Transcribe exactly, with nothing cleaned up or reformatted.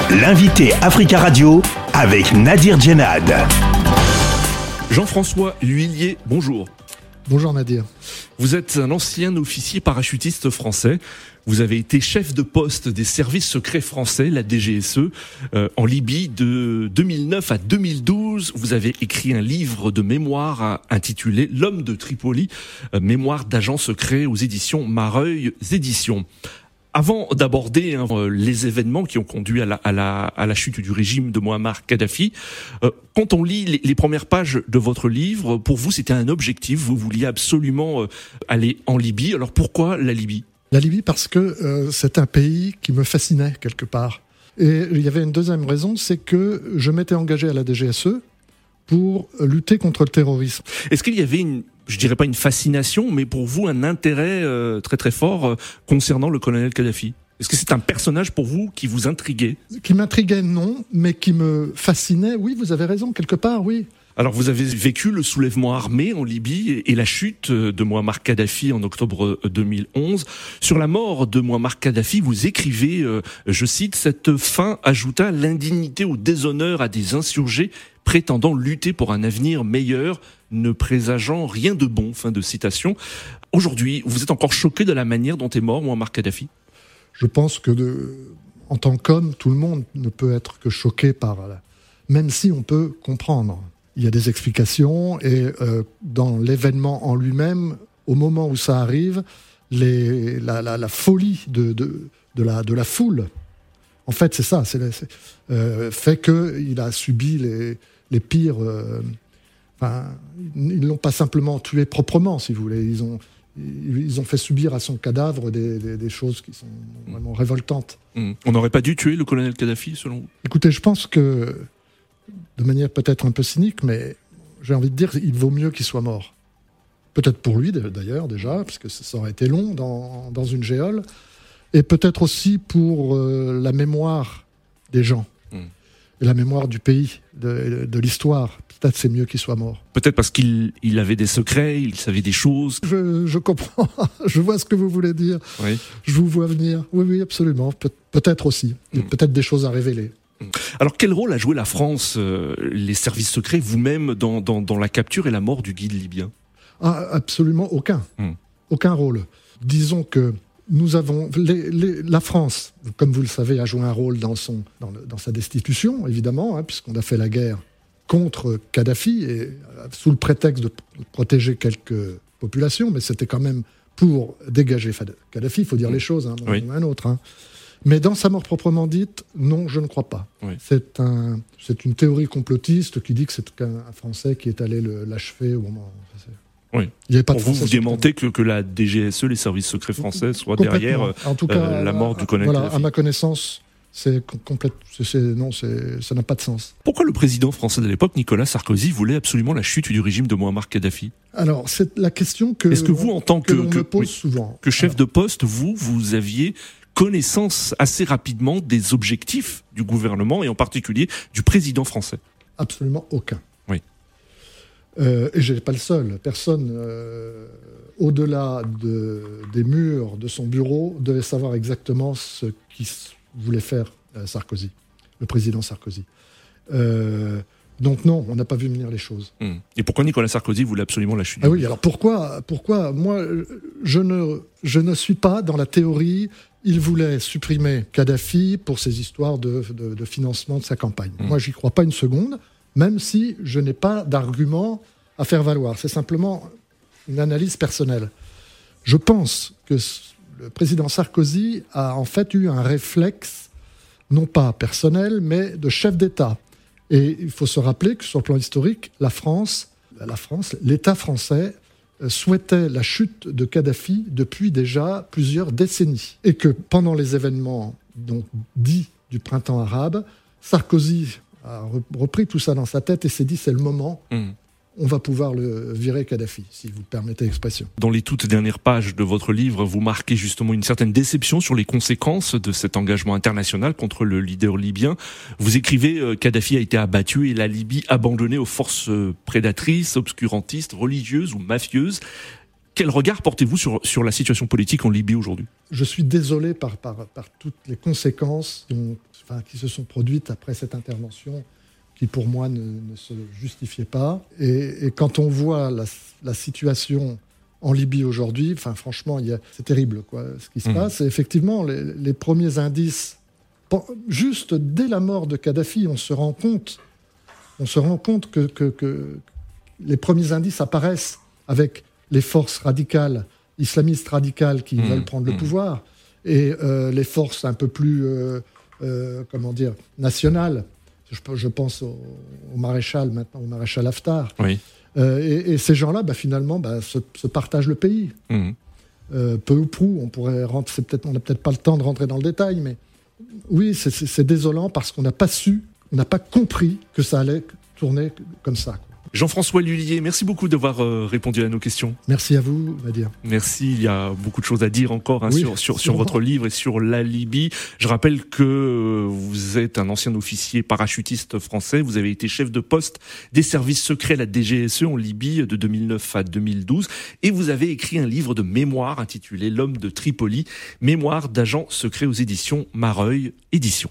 L'invité Africa Radio avec Nadir Djenad. Jean-François L'Huillier, bonjour. Bonjour Nadir. Vous êtes un ancien officier parachutiste français. Vous avez été chef de poste des services secrets français, la D G S E, euh, en Libye de deux mille neuf à deux mille douze. Vous avez écrit un livre de mémoire intitulé L'homme de Tripoli, euh, mémoire d'agent secret aux éditions Mareuil Éditions. Avant d'aborder hein, les événements qui ont conduit à la, à la, à la chute du régime de Mouammar Kadhafi, euh, quand on lit les, les premières pages de votre livre, pour vous c'était un objectif, vous vouliez absolument euh, aller en Libye. Alors pourquoi la Libye ? La Libye parce que euh, c'est un pays qui me fascinait quelque part. Et il y avait une deuxième raison, c'est que je m'étais engagé à la D G S E pour lutter contre le terrorisme. Est-ce qu'il y avait une, je dirais pas une fascination, mais pour vous un intérêt euh, très très fort euh, concernant le colonel Kadhafi ? Est-ce que c'est un personnage pour vous qui vous intriguait ? Qui m'intriguait, non, mais qui me fascinait, oui, vous avez raison, quelque part, oui. Alors vous avez vécu le soulèvement armé en Libye et la chute de Mouammar Kadhafi en octobre deux mille onze. Sur la mort de Mouammar Kadhafi, vous écrivez, euh, je cite, « Cette fin ajouta l'indignité au déshonneur à des insurgés prétendant lutter pour un avenir meilleur, ne présageant rien de bon ». Fin de citation. Aujourd'hui, vous êtes encore choqué de la manière dont est mort Mouammar Kadhafi ? Je pense que, de, en tant qu'homme, tout le monde ne peut être que choqué par... Même si on peut comprendre. Il y a des explications et euh, dans l'événement en lui-même, au moment où ça arrive, les, la, la, la folie de, de, de, la, de la foule, en fait c'est ça, c'est, c'est, euh, fait qu'il a subi les, les pires... Euh, enfin, ils ne l'ont pas simplement tué proprement, si vous voulez. Ils ont, ils ont fait subir à son cadavre des, des, des choses qui sont vraiment révoltantes. Mmh. On n'aurait pas dû tuer le colonel Kadhafi, selon vous ? Écoutez, je pense que... de manière peut-être un peu cynique, mais j'ai envie de dire il vaut mieux qu'il soit mort. Peut-être pour lui, d'ailleurs, déjà, parce que ça aurait été long dans, dans une géole, et peut-être aussi pour euh, la mémoire des gens, mmh. et la mémoire du pays, de, de l'histoire. Peut-être c'est mieux qu'il soit mort. Peut-être parce qu'il il avait des secrets, il savait des choses. Je, je comprends, je vois ce que vous voulez dire. Oui. Je vous vois venir. Oui, oui, absolument. Pe- peut-être aussi. Mmh. Peut-être des choses à révéler. Alors quel rôle a joué la France, euh, les services secrets, vous-même, dans, dans, dans la capture et la mort du guide libyen ? Ah, absolument aucun. Mmh. Aucun rôle. Disons que nous avons... Les, les, la France, comme vous le savez, a joué un rôle dans, son, dans, le, dans sa destitution, évidemment, hein, puisqu'on a fait la guerre contre Kadhafi, et, euh, sous le prétexte de protéger quelques populations, mais c'était quand même pour dégager Kadhafi, il faut dire mmh. les choses, hein, oui. un autre, hein. Mais dans sa mort proprement dite, non, je ne crois pas. Oui. C'est, un, c'est une théorie complotiste qui dit que c'est un, un Français qui est allé le, l'achever au moment... Oui. Il y avait pas Pour de vous, Français vous démentez que, que la D G S E, les services secrets français, soient derrière en tout cas, euh, la mort du colonel voilà, Kadhafi. à ma connaissance, c'est complète, c'est, c'est, non, c'est, ça n'a pas de sens. Pourquoi le président français de l'époque, Nicolas Sarkozy, voulait absolument la chute du régime de Mouammar Kadhafi ? Alors, c'est la question que... Est-ce que vous, en tant que, que, que, me pose oui, souvent. que chef Alors, de poste, vous, vous aviez connaissance assez rapidement des objectifs du gouvernement et en particulier du président français ? Absolument aucun. Oui. Euh, et je n'ai pas le seul. Personne, euh, au-delà de, des murs de son bureau, devait savoir exactement ce qu'il voulait faire euh, Sarkozy, le président Sarkozy. Euh, donc non, on n'a pas vu venir les choses. Mmh. Et pourquoi Nicolas Sarkozy voulait absolument la chute ? Ah oui, alors pourquoi, pourquoi moi, je ne, je ne suis pas dans la théorie... Il voulait supprimer Kadhafi pour ses histoires de, de, de financement de sa campagne. Mmh. Moi, j'y crois pas une seconde, même si je n'ai pas d'argument à faire valoir. C'est simplement une analyse personnelle. Je pense que le président Sarkozy a en fait eu un réflexe, non pas personnel, mais de chef d'État. Et il faut se rappeler que sur le plan historique, la France, la France, l'État français souhaitait la chute de Kadhafi depuis déjà plusieurs décennies. Et que pendant les événements donc, dits du printemps arabe, Sarkozy a repris tout ça dans sa tête et s'est dit c'est le moment, mmh. on va pouvoir le virer Kadhafi, si vous permettez l'expression. Dans les toutes dernières pages de votre livre, vous marquez justement une certaine déception sur les conséquences de cet engagement international contre le leader libyen. Vous écrivez euh, Kadhafi a été abattu et la Libye abandonnée aux forces prédatrices, obscurantistes, religieuses ou mafieuses. Quel regard portez-vous sur, sur la situation politique en Libye aujourd'hui ? Je suis désolé par, par, par toutes les conséquences dont, enfin, qui se sont produites après cette intervention, qui pour moi ne, ne se justifiait pas. Et, et quand on voit la, la situation en Libye aujourd'hui, enfin, franchement, il y a, c'est terrible quoi, ce qui se mmh. passe. Et effectivement, les, les premiers indices, juste dès la mort de Kadhafi, on se rend compte, on se rend compte que, que, que les premiers indices apparaissent avec les forces radicales, islamistes radicales qui mmh, veulent prendre mmh. le pouvoir, et euh, les forces un peu plus, euh, euh, comment dire, nationales. Je, je pense au, au maréchal maintenant, au maréchal Haftar. Oui. Euh, et, et ces gens-là, bah, finalement, bah, se, se partagent le pays. Mmh. Euh, peu ou prou, on pourrait rentrer, c'est peut-être, on n'a peut-être pas le temps de rentrer dans le détail, mais oui, c'est, c'est, c'est désolant parce qu'on n'a pas su, on n'a pas compris que ça allait tourner comme ça, quoi. Jean-François Lhuillier, merci beaucoup d'avoir euh, répondu à nos questions. Merci à vous, Nadir. Merci, il y a beaucoup de choses à dire encore hein, oui, sur, sur, sur votre livre et sur la Libye. Je rappelle que euh, vous êtes un ancien officier parachutiste français, vous avez été chef de poste des services secrets, la D G S E en Libye de deux mille neuf à deux mille douze, et vous avez écrit un livre de mémoire intitulé L'homme de Tripoli, mémoire d'agent secret aux éditions Mareuil Éditions.